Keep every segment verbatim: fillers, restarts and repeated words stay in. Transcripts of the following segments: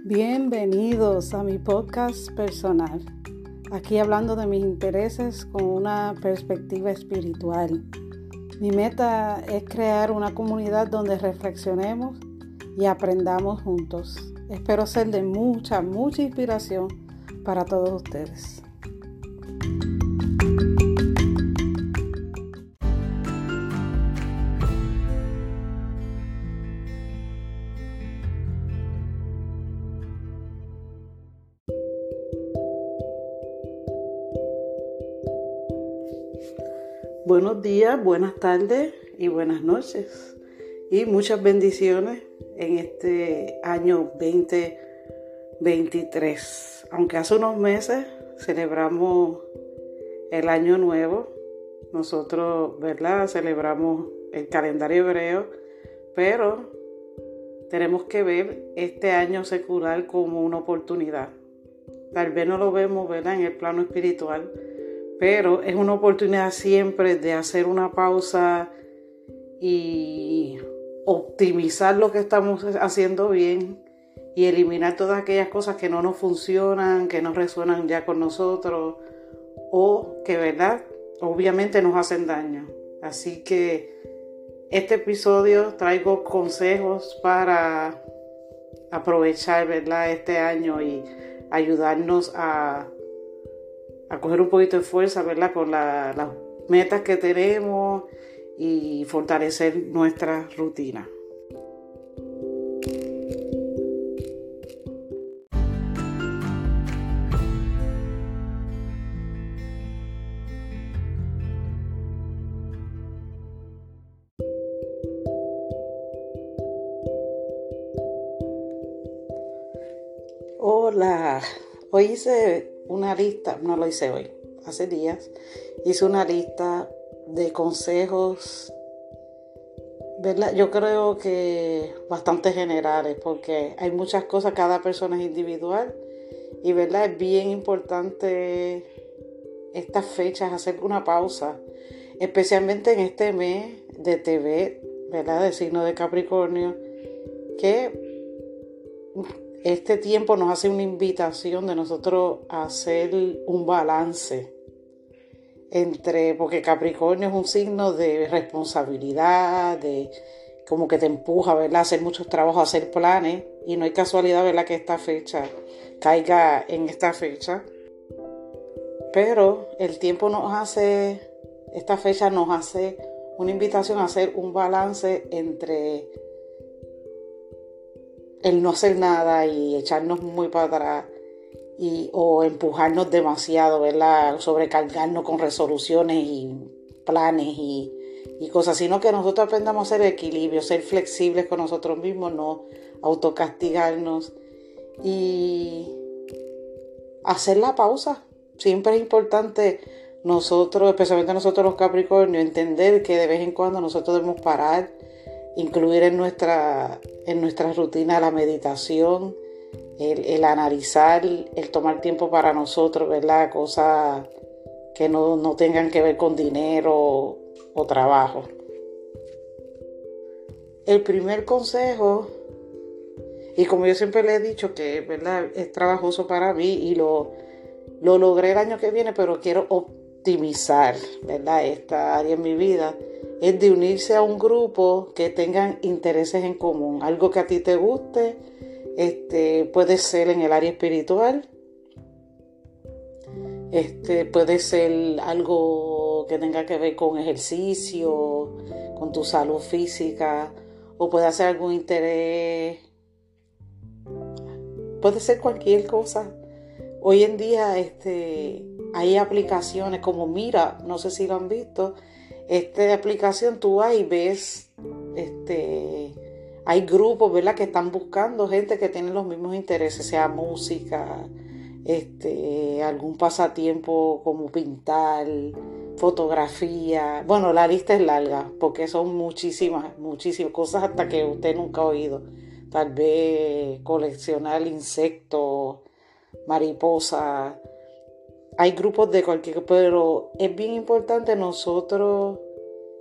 Bienvenidos a mi podcast personal, aquí hablando de mis intereses con una perspectiva espiritual. Mi meta es crear una comunidad donde reflexionemos y aprendamos juntos. Espero ser de mucha, mucha inspiración para todos ustedes. Buenos días, buenas tardes y buenas noches y muchas bendiciones en este año veinte veintitrés. Aunque hace unos meses celebramos el año nuevo, nosotros, ¿verdad? Celebramos el calendario hebreo, pero tenemos que ver este año secular como una oportunidad. Tal vez no lo vemos, ¿verdad?, en el plano espiritual, pero es una oportunidad siempre de hacer una pausa y optimizar lo que estamos haciendo bien y eliminar todas aquellas cosas que no nos funcionan, que no resuenan ya con nosotros o que, ¿verdad?, obviamente nos hacen daño. Así que este episodio traigo consejos para aprovechar, ¿verdad?, este año y ayudarnos a a coger un poquito de fuerza, ¿verdad?, con la, las metas que tenemos y fortalecer nuestra rutina. Hola, hoy hice una lista, no lo hice hoy, hace días, hice una lista de consejos, ¿verdad? Yo creo que bastante generales, porque hay muchas cosas, cada persona es individual y, ¿verdad?, es bien importante estas fechas hacer una pausa, especialmente en este mes de T V, ¿verdad?, de signo de Capricornio, que este tiempo nos hace una invitación de nosotros a hacer un balance entre, porque Capricornio es un signo de responsabilidad, de como que te empuja, ¿verdad?, a hacer muchos trabajos, a hacer planes, y no hay casualidad, ¿verdad?, que esta fecha caiga en esta fecha, pero el tiempo nos hace, esta fecha nos hace una invitación a hacer un balance entre el no hacer nada y echarnos muy para atrás y, o empujarnos demasiado, ¿verdad?, sobrecargarnos con resoluciones y planes y, y cosas, sino que nosotros aprendamos a hacer equilibrio, ser flexibles con nosotros mismos, no autocastigarnos y hacer la pausa. Siempre es importante nosotros, especialmente nosotros los Capricornios, entender que de vez en cuando nosotros debemos parar, incluir en nuestra, en nuestra rutina la meditación, el, el analizar, el tomar tiempo para nosotros, ¿verdad?, cosas que no, no tengan que ver con dinero o trabajo. El primer consejo, y como yo siempre le he dicho que, ¿verdad?, es trabajoso para mí y lo, lo logré el año que viene, pero quiero optimizar, ¿verdad?, esta área en mi vida, es de unirse a un grupo que tengan intereses en común, algo que a ti te guste. Este, puede ser en el área espiritual, este, puede ser algo que tenga que ver con ejercicio, con tu salud física, o puede ser algún interés, puede ser cualquier cosa. Hoy en día este, hay aplicaciones como Mira, no sé si lo han visto. Esta aplicación tú vas y ves, este, hay grupos, ¿verdad?, que están buscando gente que tiene los mismos intereses, sea música, este, algún pasatiempo como pintar, fotografía. Bueno, la lista es larga porque son muchísimas, muchísimas cosas hasta que usted nunca ha oído. Tal vez coleccionar insectos, mariposas. Hay grupos de cualquier, pero es bien importante nosotros,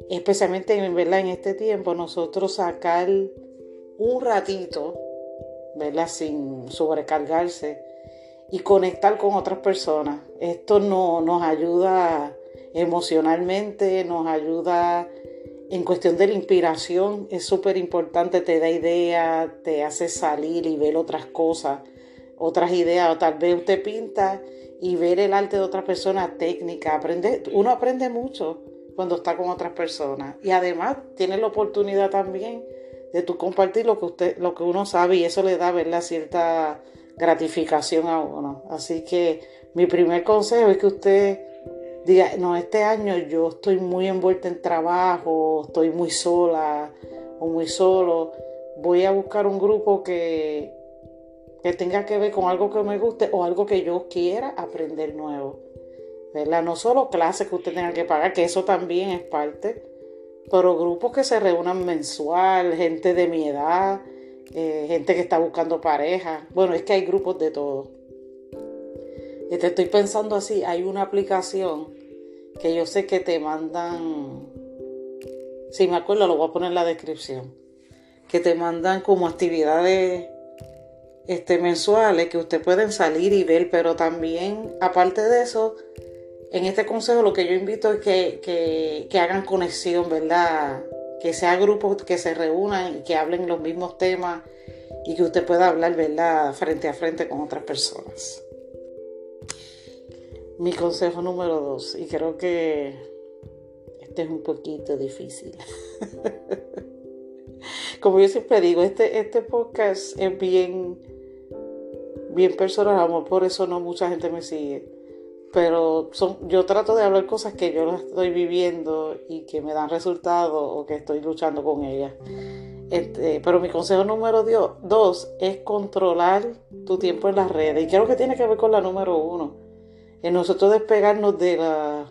especialmente en, ¿verdad?, en este tiempo, nosotros sacar un ratito ¿verdad? Sin sobrecargarse y conectar con otras personas. Esto no, nos ayuda emocionalmente, nos ayuda en cuestión de la inspiración, es súper importante, te da ideas, te hace salir y ver otras cosas, otras ideas, o tal vez usted pinta y ver el arte de otra persona, técnica, aprende, uno aprende mucho cuando está con otras personas y además tiene la oportunidad también de tú compartir lo que usted, lo que uno sabe y eso le da, ¿verdad?, cierta gratificación a uno. Así que mi primer consejo es que usted diga, no, este año yo estoy muy envuelta en trabajo, estoy muy sola o muy solo, voy a buscar un grupo que, que tenga que ver con algo que me guste o algo que yo quiera aprender nuevo, ¿verdad? No solo clases que usted tenga que pagar, que eso también es parte, pero grupos que se reúnan mensual, gente de mi edad, eh, gente que está buscando pareja. Bueno, es que hay grupos de todo. Y te estoy pensando así, hay una aplicación que yo sé que te mandan, si me acuerdo lo voy a poner en la descripción, que te mandan como actividades este, mensuales que usted pueden salir y ver, pero también, aparte de eso, en este consejo lo que yo invito es que, que, que hagan conexión, ¿verdad? Que sean grupos que se reúnan y que hablen los mismos temas y que usted pueda hablar, ¿verdad?, frente a frente con otras personas. Mi consejo número dos, y creo que este es un poquito difícil. Como yo siempre digo, este, este podcast es bien, bien personal, amor, por eso no mucha gente me sigue. Pero son, yo trato de hablar cosas que yo las estoy viviendo y que me dan resultados o que estoy luchando con ellas. Este, pero mi consejo número dos es controlar tu tiempo en las redes. Y creo que tiene que ver con la número uno. En nosotros despegarnos de los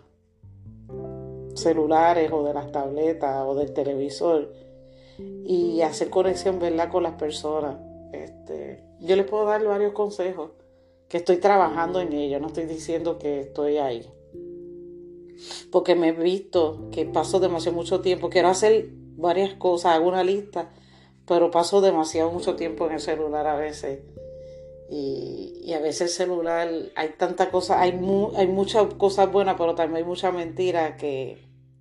celulares o de las tabletas o del televisor y hacer conexión, ¿verdad?, con las personas. Este, yo les puedo dar varios consejos que estoy trabajando en ello, no estoy diciendo que estoy ahí. Porque me he visto que paso demasiado mucho tiempo, quiero hacer varias cosas, hago una lista, pero paso demasiado mucho tiempo en el celular a veces. Y, y a veces el celular, hay tanta cosa, hay, mu, hay muchas cosas buenas, pero también hay mucha mentira que,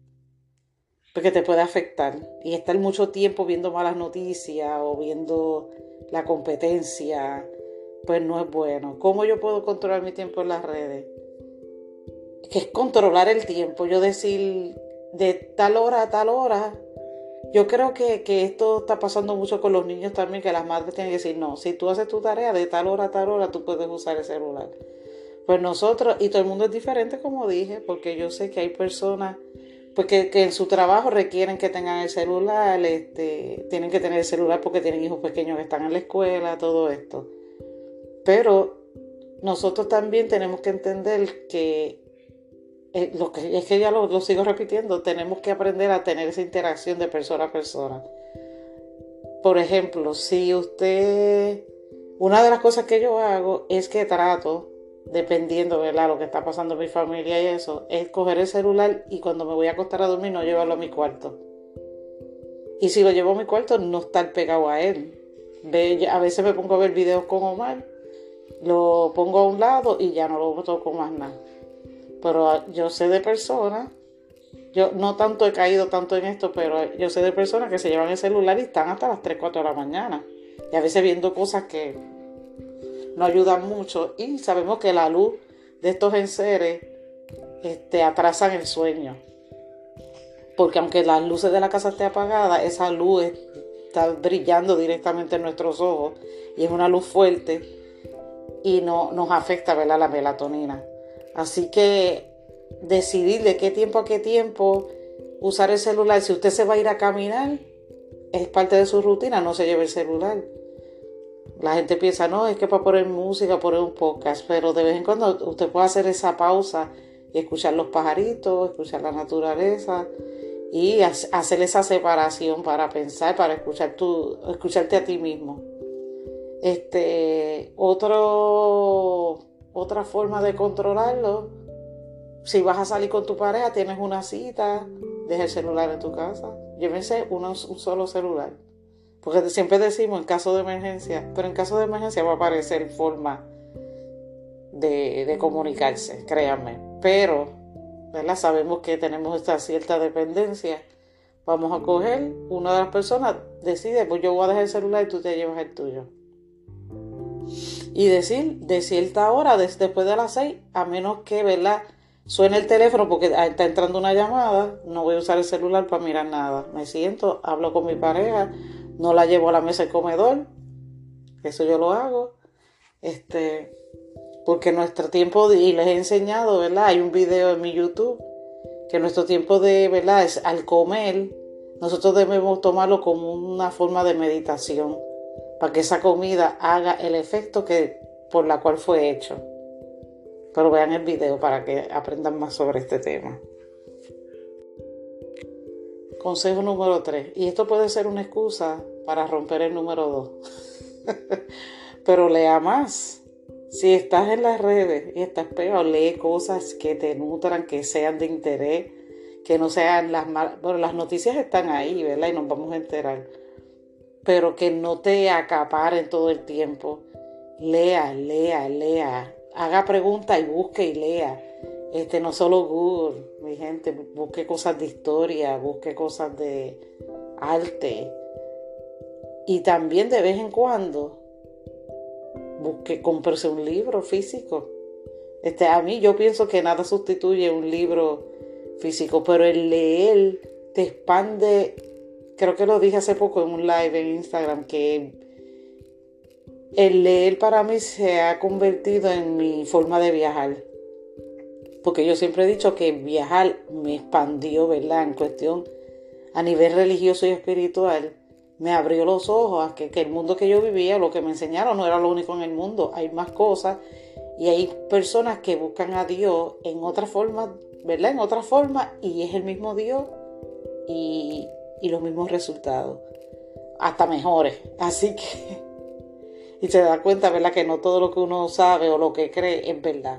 que te puede afectar. Y estar mucho tiempo viendo malas noticias o viendo la competencia, pues no es bueno. ¿Cómo yo puedo controlar mi tiempo en las redes? Que es controlar el tiempo. Yo decir, de tal hora a tal hora. Yo creo que, que esto está pasando mucho con los niños también, que las madres tienen que decir, no, si tú haces tu tarea de tal hora a tal hora, tú puedes usar el celular. Pues nosotros, y todo el mundo es diferente, como dije, porque yo sé que hay personas pues que, que en su trabajo requieren que tengan el celular, este, tienen que tener el celular porque tienen hijos pequeños que están en la escuela, todo esto. Pero nosotros también tenemos que entender que, eh, lo que es que ya lo, lo sigo repitiendo, tenemos que aprender a tener esa interacción de persona a persona. Por ejemplo, si usted, una de las cosas que yo hago es que trato, dependiendo, ¿verdad?, lo que está pasando en mi familia y eso, es coger el celular y cuando me voy a acostar a dormir no llevarlo a mi cuarto. Y si lo llevo a mi cuarto, no estar pegado a él. Ve, a veces me pongo a ver videos con Omar, lo pongo a un lado y ya no lo toco más nada. Pero yo sé de personas, yo no tanto he caído tanto en esto, pero yo sé de personas que se llevan el celular y están hasta las tres, cuatro de la mañana. Y a veces viendo cosas que no ayudan mucho. Y sabemos que la luz de estos enseres este, atrasan el sueño. Porque aunque las luces de la casa estén apagadas, esa luz está brillando directamente en nuestros ojos. Y es una luz fuerte y no, nos afecta, ¿verdad?, la melatonina. Así que decidir de qué tiempo a qué tiempo usar el celular. Si usted se va a ir a caminar, es parte de su rutina, no se lleve el celular. La gente piensa, no, es que para poner música, poner un podcast, pero de vez en cuando usted puede hacer esa pausa y escuchar los pajaritos, escuchar la naturaleza y hacer esa separación para pensar, para escuchar tu, escucharte a ti mismo. Este, otro, otra forma de controlarlo, si vas a salir con tu pareja, tienes una cita, deja el celular en tu casa, llévense uno, un solo celular. Porque siempre decimos en caso de emergencia, pero en caso de emergencia va a aparecer forma de, de comunicarse, créanme. Pero, ¿verdad? Sabemos que tenemos esta cierta dependencia. Vamos a coger, una de las personas decide, pues yo voy a dejar el celular y tú te llevas el tuyo. Y decir de cierta hora, después de las seis, a menos que, ¿verdad?, suene el teléfono porque está entrando una llamada, no voy a usar el celular para mirar nada. Me siento, hablo con mi pareja, no la llevo a la mesa del comedor, eso yo lo hago, este, porque nuestro tiempo, de, y les he enseñado, ¿verdad? Hay un video en mi YouTube, que nuestro tiempo de, ¿verdad?, es al comer, nosotros debemos tomarlo como una forma de meditación, para que esa comida haga el efecto que, por la cual fue hecho. Pero vean el video para que aprendan más sobre este tema. Consejo número tres. Y esto puede ser una excusa para romper el número dos. Pero lea más. Si estás en las redes y estás pegado, lee cosas que te nutran, que sean de interés, que no sean las malas. Bueno, las noticias están ahí, ¿verdad? Y nos vamos a enterar. Pero que no te acaparen todo el tiempo. Lea, lea, lea. Haga preguntas y busque y lea. Este, no solo Google, mi gente, busque cosas de historia, busque cosas de arte. Y también de vez en cuando busque, cómprese un libro físico. Este, a mí yo pienso que nada sustituye un libro físico, pero el leer te expande. Creo que lo dije hace poco en un live en Instagram, que el leer para mí se ha convertido en mi forma de viajar. Porque yo siempre he dicho que viajar me expandió, ¿verdad? En cuestión a nivel religioso y espiritual, me abrió los ojos a que, que el mundo que yo vivía, lo que me enseñaron, no era lo único en el mundo. Hay más cosas y hay personas que buscan a Dios en otra forma, ¿verdad? En otra forma, y es el mismo Dios y, y los mismos resultados, hasta mejores. Así que, y se da cuenta, ¿verdad?, que no todo lo que uno sabe o lo que cree es verdad.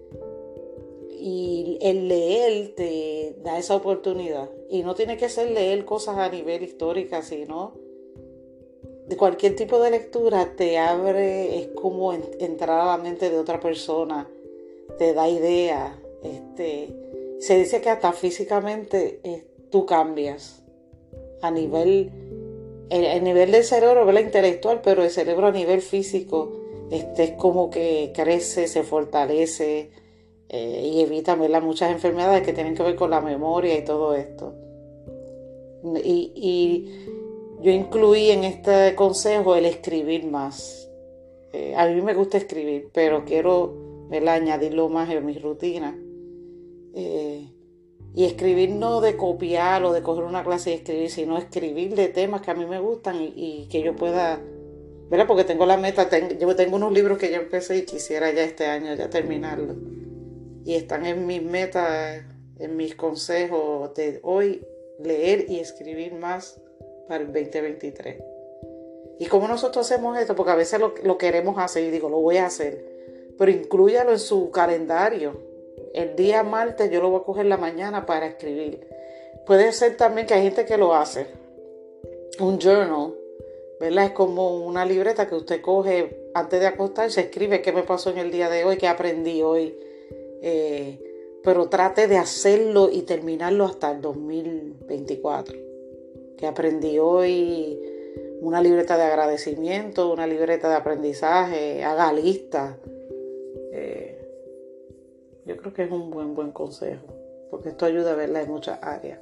Y el leer te da esa oportunidad. Y no tiene que ser leer cosas a nivel histórico, sino de cualquier tipo de lectura te abre, es como entrar a la mente de otra persona, te da ideas. Este, se dice que hasta físicamente eh, tú cambias a nivel, el, el nivel del cerebro, ¿verdad?, intelectual, pero el cerebro a nivel físico este, es como que crece, se fortalece. Eh, y evita, ¿verdad?, muchas enfermedades que tienen que ver con la memoria y todo esto. Y, y yo incluí en este consejo el escribir más. Eh, a mí me gusta escribir, pero quiero, ¿verdad?, añadirlo más en mi rutina. Eh, y escribir no de copiar o de coger una clase y escribir, sino escribir de temas que a mí me gustan y, y que yo pueda, ¿verdad?, porque tengo la meta, tengo, yo tengo unos libros que ya empecé y quisiera ya este año ya terminarlos. Y están en mis metas, en mis consejos de hoy, leer y escribir más para el veinte veintitrés. ¿Y cómo nosotros hacemos esto? Porque a veces lo, lo queremos hacer y digo, lo voy a hacer. Pero inclúyalo en su calendario. El día martes yo lo voy a coger la mañana para escribir. Puede ser también que hay gente que lo hace. Un journal, ¿verdad? Es como una libreta que usted coge antes de acostarse, escribe qué me pasó en el día de hoy, qué aprendí hoy. Eh, pero trate de hacerlo y terminarlo hasta el dos mil veinticuatro. Que aprendí hoy, una libreta de agradecimiento, una libreta de aprendizaje, haga lista. Eh, yo creo que es un buen, buen consejo, porque esto ayuda a verla en muchas áreas.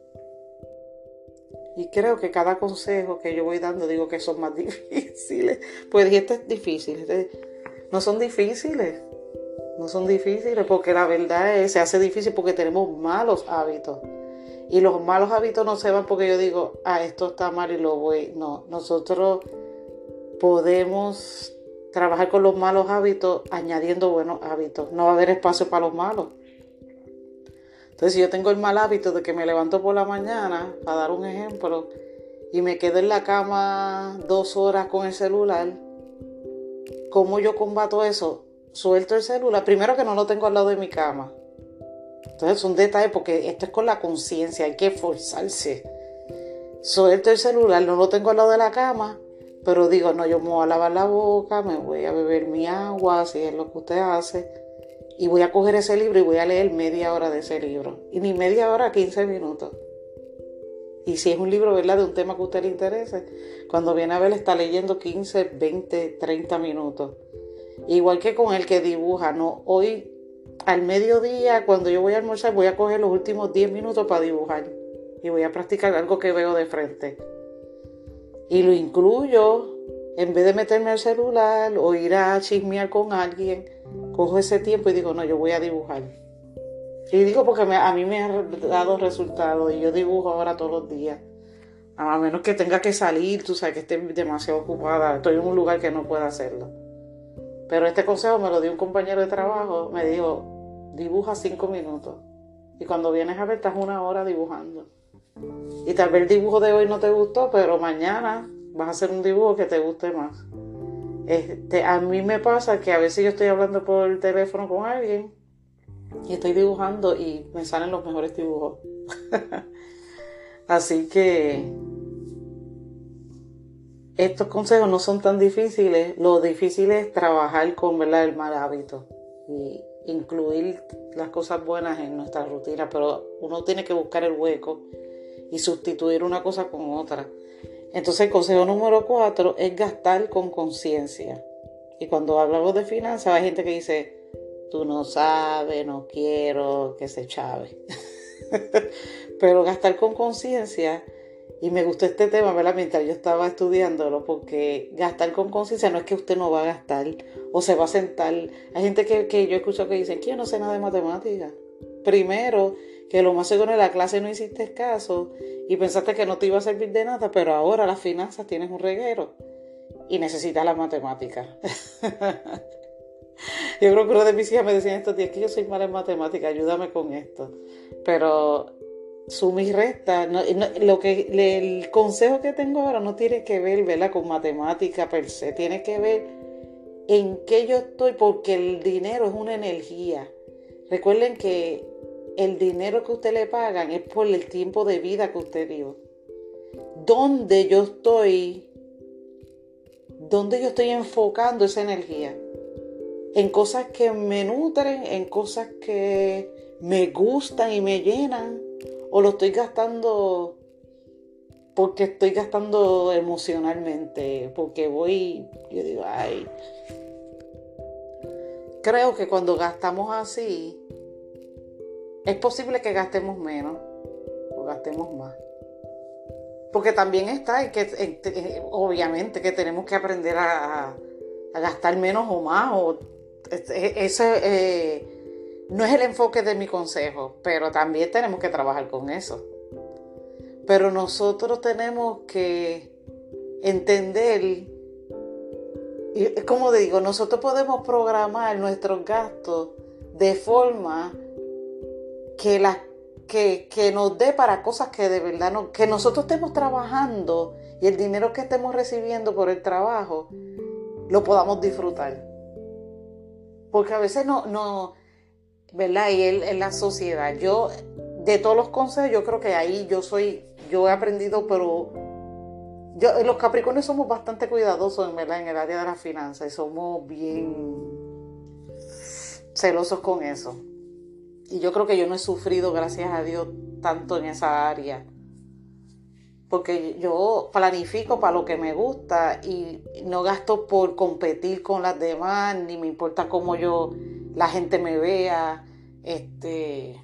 Y creo que cada consejo que yo voy dando, digo que son más difíciles. Pues dije, este es difícil. Este, no son difíciles. No son difíciles porque la verdad es, se hace difícil porque tenemos malos hábitos. Y los malos hábitos no se van porque yo digo, ah, esto está mal y lo voy. No, nosotros podemos trabajar con los malos hábitos añadiendo buenos hábitos. No va a haber espacio para los malos. Entonces, si yo tengo el mal hábito de que me levanto por la mañana, para dar un ejemplo, y me quedo en la cama dos horas con el celular, ¿cómo yo combato eso? Suelto el celular, primero que no lo tengo al lado de mi cama. Entonces son detalles porque esto es con la conciencia, hay que esforzarse. suelto el celular, no lo tengo al lado de la cama, pero digo, no, yo me voy a lavar la boca, me voy a beber mi agua, si es lo que usted hace, y voy a coger ese libro y voy a leer media hora de ese libro. Y ni media hora, quince minutos. Y si es un libro, ¿verdad?, de un tema que a usted le interese, cuando viene a ver, está leyendo quince, veinte, treinta minutos. Igual que con el que dibuja, ¿no? Hoy, al mediodía, cuando yo voy a almorzar, voy a coger los últimos diez minutos para dibujar. Y voy a practicar algo que veo de frente. Y lo incluyo, en vez de meterme al celular o ir a chismear con alguien, cojo ese tiempo y digo, no, yo voy a dibujar. Y digo porque me, a mí me ha dado resultados y yo dibujo ahora todos los días. A menos que tenga que salir, tú sabes, que esté demasiado ocupada, estoy en un lugar que no pueda hacerlo. Pero este consejo me lo dio un compañero de trabajo, me dijo, dibuja cinco minutos. Y cuando vienes a ver, estás una hora dibujando. Y tal vez el dibujo de hoy no te gustó, pero mañana vas a hacer un dibujo que te guste más. Este, a mí me pasa que a veces yo estoy hablando por el teléfono con alguien y estoy dibujando y me salen los mejores dibujos. Así que estos consejos no son tan difíciles. Lo difícil es trabajar con, ¿verdad?, el mal hábito y incluir las cosas buenas en nuestra rutina, pero uno tiene que buscar el hueco y sustituir una cosa con otra. Entonces el consejo número cuatro es gastar con conciencia. Y cuando hablamos de finanzas hay gente que dice, tú no sabes, no quiero que se chave. Pero gastar con conciencia, y me gustó este tema, ¿verdad?, mientras yo estaba estudiándolo, porque gastar con conciencia no es que usted no va a gastar o se va a sentar. Hay gente que, que yo escucho que dicen que yo no sé nada de matemáticas. Primero, que lo más seguro en la clase no hiciste caso y pensaste que no te iba a servir de nada, pero ahora las finanzas tienes un reguero y necesitas las matemáticas. Yo creo que uno de mis hijas me decía estos días que yo soy mala en matemáticas, ayúdame con esto. Pero suma y resta, no, no, lo que, el consejo que tengo ahora no tiene que ver, ¿verdad?, con matemática per se, tiene que ver en qué yo estoy, porque el dinero es una energía. Recuerden que el dinero que usted le pagan es por el tiempo de vida que usted dio. ¿Dónde yo estoy? ¿Dónde yo estoy enfocando esa energía? En cosas que me nutren, en cosas que me gustan y me llenan, o lo estoy gastando porque estoy gastando emocionalmente, porque voy, yo digo, ay, creo que cuando gastamos así, es posible que gastemos menos o gastemos más. Porque también está, y que obviamente que tenemos que aprender a, a gastar menos o más, o eso eh, no es el enfoque de mi consejo, pero también tenemos que trabajar con eso. Pero nosotros tenemos que entender, y como digo, nosotros podemos programar nuestros gastos de forma que, la, que, que nos dé para cosas que de verdad no, que nosotros estemos trabajando y el dinero que estemos recibiendo por el trabajo lo podamos disfrutar. Porque a veces no, no ¿verdad? Y en, en la sociedad, yo, de todos los consejos, yo creo que ahí yo soy, yo he aprendido, pero yo, los Capricornios somos bastante cuidadosos, ¿verdad?, en el área de las finanzas, y somos bien celosos con eso. Y yo creo que yo no he sufrido, gracias a Dios, tanto en esa área. Porque yo planifico para lo que me gusta y no gasto por competir con las demás, ni me importa cómo yo, la gente me vea. Este,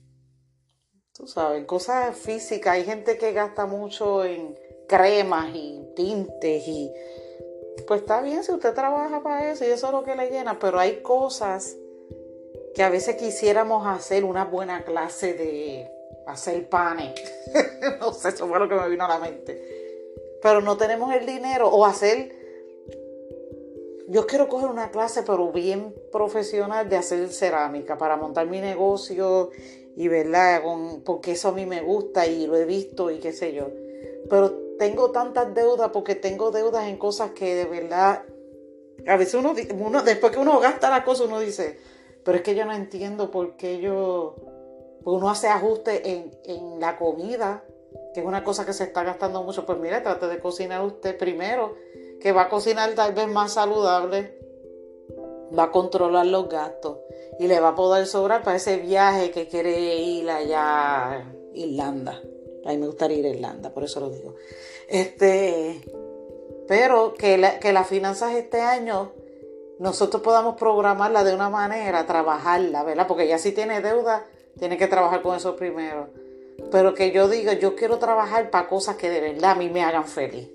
tú sabes, cosas físicas. Hay gente que gasta mucho en cremas y tintes y pues está bien si usted trabaja para eso y eso es lo que le llena, pero hay cosas que a veces quisiéramos hacer, una buena clase de hacer panes. No sé, eso fue lo que me vino a la mente. Pero no tenemos el dinero. O hacer, yo quiero coger una clase pero bien profesional de hacer cerámica para montar mi negocio y verdad, con, porque eso a mí me gusta y lo he visto y qué sé yo. Pero tengo tantas deudas porque tengo deudas en cosas que de verdad, a veces uno, uno después que uno gasta la cosa, uno dice, pero es que yo no entiendo por qué yo, pues uno hace ajustes en, en la comida que es una cosa que se está gastando mucho, pues mire, trate de cocinar usted primero, que va a cocinar tal vez más saludable, va a controlar los gastos y le va a poder sobrar para ese viaje que quiere ir allá a Irlanda. A mí me gustaría ir a Irlanda, por eso lo digo. Este, pero que, la, que las finanzas este año nosotros podamos programarla de una manera, trabajarla, ¿verdad? Porque ya si tiene deuda, tiene que trabajar con eso primero. Pero que yo diga, yo quiero trabajar para cosas que de verdad a mí me hagan feliz.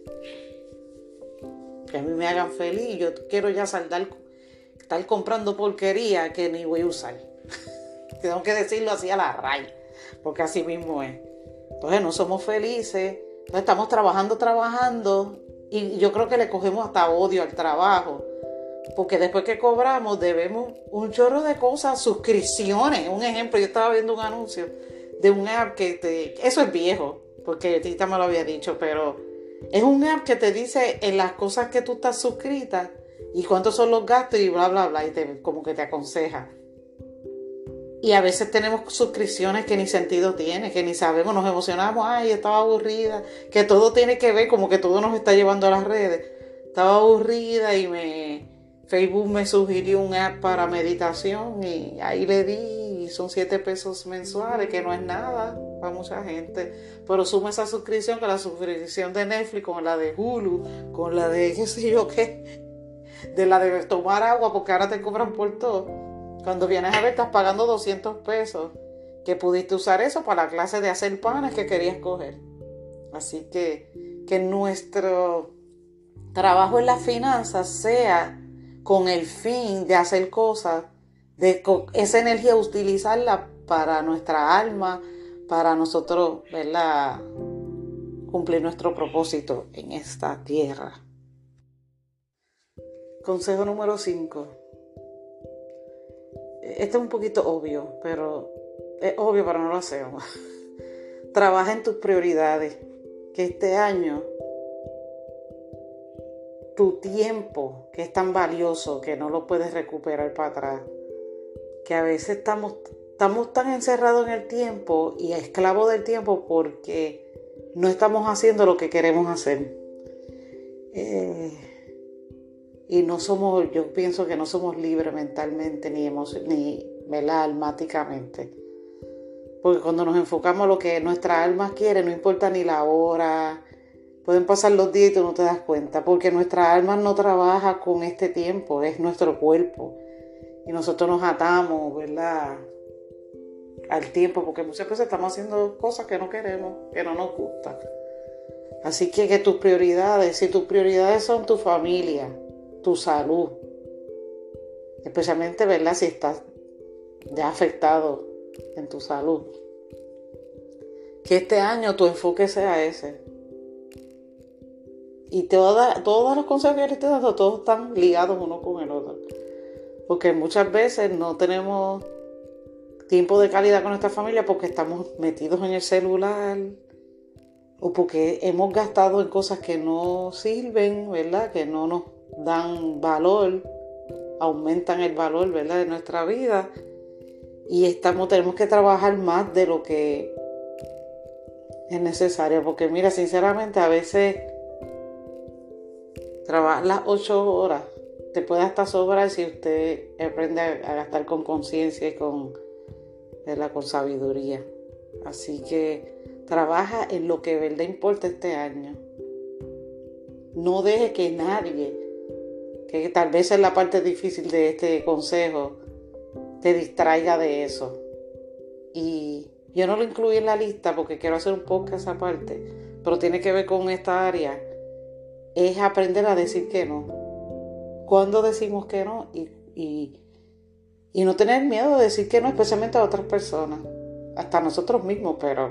Que a mí me hagan feliz y yo quiero ya saldar, estar comprando porquería que ni voy a usar. Tengo que decirlo así a la raya, porque así mismo es. Entonces no somos felices, entonces estamos trabajando, trabajando y yo creo que le cogemos hasta odio al trabajo. Porque después que cobramos debemos un chorro de cosas, suscripciones. Un ejemplo, yo estaba viendo un anuncio de un app que te... Eso es viejo, porque Tita me lo había dicho, pero es un app que te dice en las cosas que tú estás suscrita y cuántos son los gastos y bla, bla, bla, y te, como que te aconseja. Y a veces tenemos suscripciones que ni sentido tiene, que ni sabemos, nos emocionamos, ay, estaba aburrida, que todo tiene que ver, como que todo nos está llevando a las redes. Estaba aburrida y me... Facebook me sugirió un app para meditación y ahí le di, y son siete pesos mensuales, que no es nada para mucha gente, pero suma esa suscripción con la suscripción de Netflix, con la de Hulu, con la de qué sé yo qué, de la de tomar agua, porque ahora te cobran por todo. Cuando vienes a ver estás pagando doscientos pesos, que pudiste usar eso para la clase de hacer panes que querías coger. Así que, que nuestro trabajo en las finanzas sea con el fin de hacer cosas, de esa energía utilizarla para nuestra alma, para nosotros, ¿verdad?, cumplir nuestro propósito en esta tierra. Consejo número cinco. Este es un poquito obvio, pero es obvio, pero no lo hacemos. Trabaja en tus prioridades, que este año tu tiempo, que es tan valioso que no lo puedes recuperar para atrás, que a veces estamos, estamos tan encerrados en el tiempo y esclavos del tiempo porque no estamos haciendo lo que queremos hacer. Eh, y no somos, yo pienso que no somos libres mentalmente ni, emoc- ni ¿verdad?, almáticamente. Porque cuando nos enfocamos en lo que nuestra alma quiere, no importa ni la hora. Pueden pasar los días y tú no te das cuenta, porque nuestra alma no trabaja con este tiempo, es nuestro cuerpo. Y nosotros nos atamos, ¿verdad?, al tiempo, porque muchas veces estamos haciendo cosas que no queremos, que no nos gustan. Así que que tus prioridades, si tus prioridades son tu familia, tu salud, especialmente, ¿verdad?, si estás ya afectado en tu salud, que este año tu enfoque sea ese. Y toda, todos los consejos que yo les estoy dando, todos están ligados uno con el otro. Porque muchas veces no tenemos tiempo de calidad con nuestra familia porque estamos metidos en el celular o porque hemos gastado en cosas que no sirven, ¿verdad?, que no nos dan valor, aumentan el valor, ¿verdad?, de nuestra vida. Y estamos, tenemos que trabajar más de lo que es necesario. Porque mira, sinceramente, a veces trabajar las ocho horas te puede hasta sobrar si usted aprende a gastar con conciencia y con, ¿verdad?, con sabiduría. Así que trabaja en lo que de verdad importa este año. No deje que nadie, que tal vez es la parte difícil de este consejo, te distraiga de eso. Y yo no lo incluí en la lista porque quiero hacer un podcast aparte, pero tiene que ver con esta área. Es aprender a decir que no. ¿Cuándo decimos que no? Y, y, y no tener miedo de decir que no, especialmente a otras personas. Hasta nosotros mismos, pero...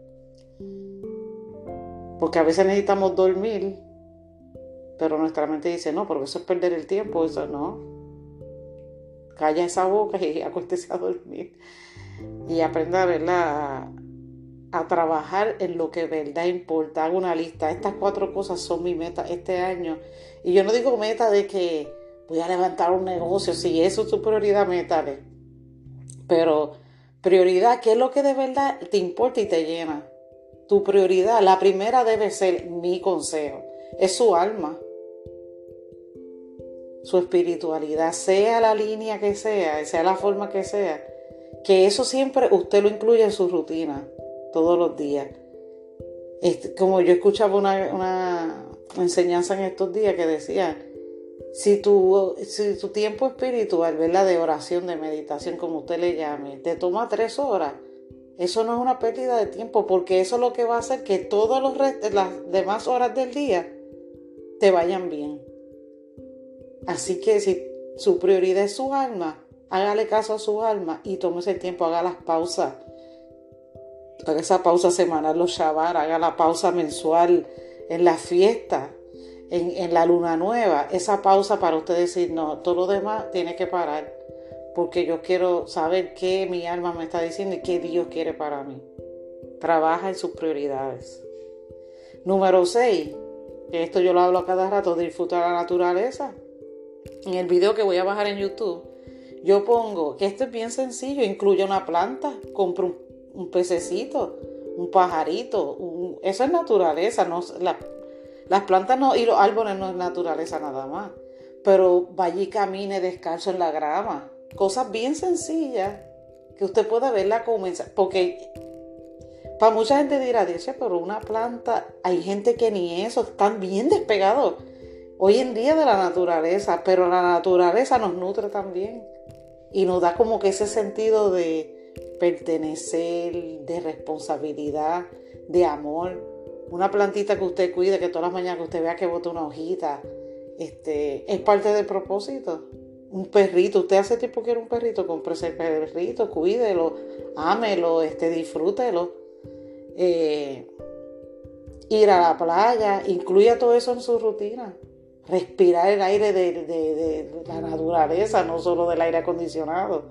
Porque a veces necesitamos dormir, pero nuestra mente dice, no, porque eso es perder el tiempo, eso no. Calla esa boca y acuéstese a dormir. Y aprenda, ¿verdad?, a, a trabajar en lo que de verdad importa. Hago una lista. Estas cuatro cosas son mi meta este año. Y yo no digo meta de que voy a levantar un negocio. Si eso es tu prioridad, métale. Pero prioridad, ¿qué es lo que de verdad te importa y te llena? tu prioridad, la primera debe ser mi consejo, es su alma, su espiritualidad, sea la línea que sea, sea la forma que sea, que eso siempre usted lo incluye en su rutina, todos los días. Este, como yo escuchaba una, una enseñanza en estos días que decía, si tu, si tu tiempo espiritual, ¿verdad?, de oración, de meditación, como usted le llame, te toma tres horas, eso no es una pérdida de tiempo, porque eso es lo que va a hacer que todas los restos, las demás horas del día te vayan bien. Así que si su prioridad es su alma, hágale caso a su alma y tómese el tiempo, haga las pausas. Haga esa pausa semanal, los Shabbat, haga la pausa mensual en la fiesta, en, en la luna nueva. Esa pausa para usted decir, no, todo lo demás tiene que parar, porque yo quiero saber qué mi alma me está diciendo y qué Dios quiere para mí. Trabaja en sus prioridades. Número seis, que esto yo lo hablo a cada rato, disfruta la naturaleza. En el video que voy a bajar en YouTube, yo pongo que esto es bien sencillo, incluye una planta, compra un, un pececito, un pajarito, un, eso es naturaleza, no, la, las plantas no, y los árboles no es naturaleza nada más, pero vaya y camine descalzo en la grama, cosas bien sencillas que usted puede verla comenzar, porque para mucha gente dirá, dice, pero una planta, hay gente que ni eso, están bien despegados hoy en día de la naturaleza, pero la naturaleza nos nutre también y nos da como que ese sentido de pertenecer, de responsabilidad, de amor. Una plantita que usted cuide, que todas las mañanas que usted vea que bota una hojita, este, es parte del propósito. Un perrito, usted hace tiempo que quiere un perrito, cómprese el perrito, cuídelo, ámelo, este, disfrútelo. Eh, ir a la playa, incluya todo eso en su rutina. Respirar el aire de, de, de, de la naturaleza, no solo del aire acondicionado.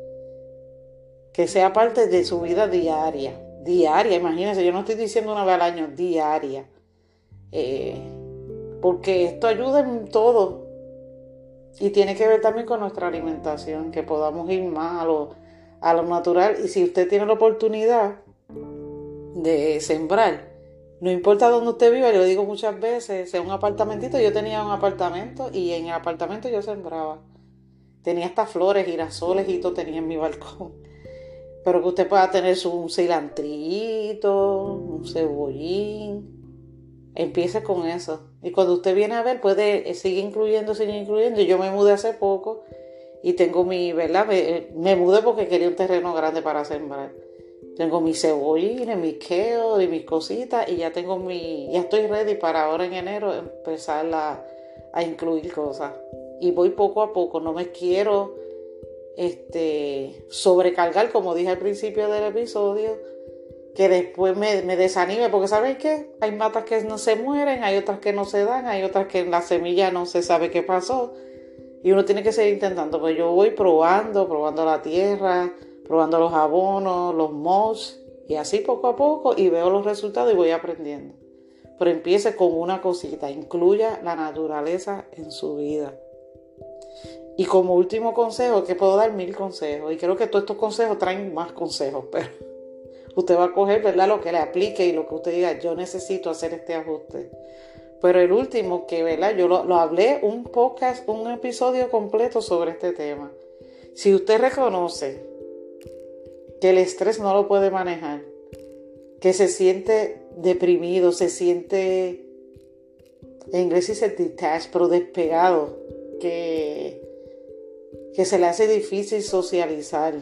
Que sea parte de su vida diaria. Diaria, imagínense, yo no estoy diciendo una vez al año, diaria. Eh, porque esto ayuda en todo. Y tiene que ver también con nuestra alimentación, que podamos ir más a lo, a lo natural. Y si usted tiene la oportunidad de sembrar, no importa dónde usted viva, yo lo digo muchas veces, sea un apartamentito, yo tenía un apartamento y en el apartamento yo sembraba. Tenía hasta flores, girasoles y todo tenía en mi balcón. Pero que usted pueda tener su, un cilantrito, un cebollín. Empiece con eso. Y cuando usted viene a ver, puede seguir incluyendo, seguir incluyendo. Yo me mudé hace poco y tengo mi, ¿verdad? Me, me mudé porque quería un terreno grande para sembrar. Tengo mis cebollines, mis kale y mis cositas y ya tengo mi, ya estoy ready para ahora en enero empezar a, a incluir cosas. Y voy poco a poco, no me quiero este, sobrecargar, como dije al principio del episodio, que después me, me desanime, porque ¿saben qué? Hay matas que no se mueren, hay otras que no se dan, hay otras que en la semilla no se sabe qué pasó y uno tiene que seguir intentando. Pues yo voy probando, probando la tierra, probando los abonos, los mulch, y así poco a poco, y veo los resultados y voy aprendiendo. Pero empiece con una cosita, incluya la naturaleza en su vida. Y como último consejo, que puedo dar mil consejos, y creo que todos estos consejos traen más consejos, pero usted va a coger, ¿verdad?, lo que le aplique y lo que usted diga, yo necesito hacer este ajuste. Pero el último, que, ¿verdad?, yo lo, lo hablé un podcast, un episodio completo sobre este tema. Si usted reconoce que el estrés no lo puede manejar, que se siente deprimido, se siente, en inglés dice detached, pero despegado, que, que se le hace difícil socializar.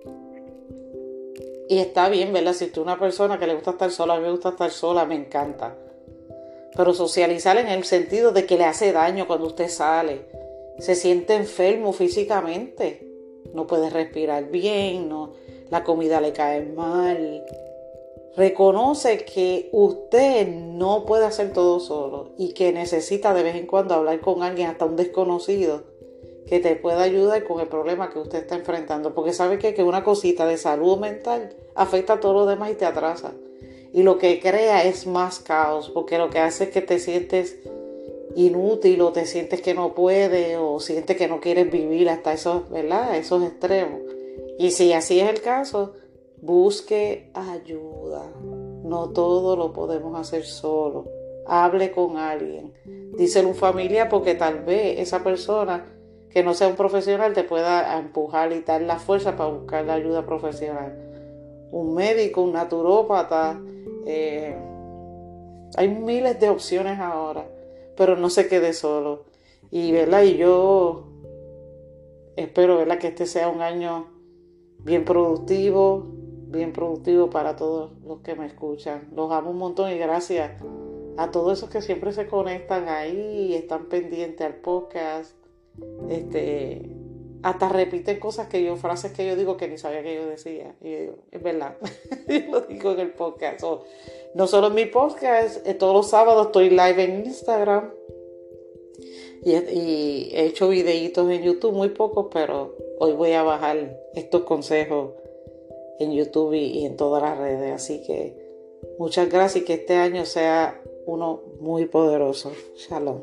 Y está bien, ¿verdad? Si usted es una persona que le gusta estar sola, a mí me gusta estar sola, me encanta. Pero socializar en el sentido de que le hace daño cuando usted sale, se siente enfermo físicamente, no puede respirar bien, no, la comida le cae mal. Reconoce que usted no puede hacer todo solo y que necesita de vez en cuando hablar con alguien, hasta un desconocido, que te pueda ayudar con el problema que usted está enfrentando. Porque sabe que, que una cosita de salud mental afecta a todo lo demás y te atrasa. Y lo que crea es más caos, porque lo que hace es que te sientes inútil o te sientes que no puedes o sientes que no quieres vivir hasta esos, ¿verdad?, esos extremos. Y si así es el caso, busque ayuda. No todo lo podemos hacer solo. Hable con alguien. Díselo a un familiar porque tal vez esa persona que no sea un profesional te pueda empujar y dar la fuerza para buscar la ayuda profesional. Un médico, un naturópata. Eh, hay miles de opciones ahora, pero no se quede solo. Y, ¿verdad? y yo espero, ¿verdad?, que este sea un año bien productivo, bien productivo para todos los que me escuchan. Los amo un montón y gracias a todos esos que siempre se conectan ahí y están pendientes al podcast. Este, hasta repiten cosas que yo, frases que yo digo que ni sabía que yo decía. Y yo digo, es verdad, yo lo digo en el podcast. So, no solo en mi podcast, eh, todos los sábados estoy live en Instagram. Y, y he hecho videitos en YouTube, muy pocos, pero hoy voy a bajar estos consejos en YouTube y, y en todas las redes. Así que muchas gracias y que este año sea uno muy poderoso. Shalom.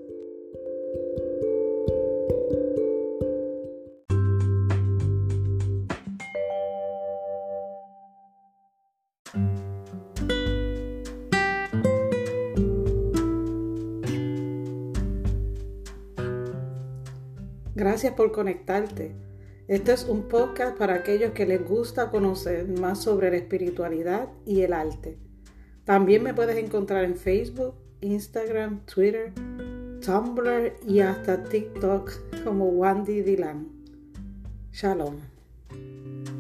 Gracias por conectarte. Este es un podcast para aquellos que les gusta conocer más sobre la espiritualidad y el arte. También me puedes encontrar en Facebook, Instagram, Twitter, Tumblr y hasta TikTok como Wandy Dylan. Shalom.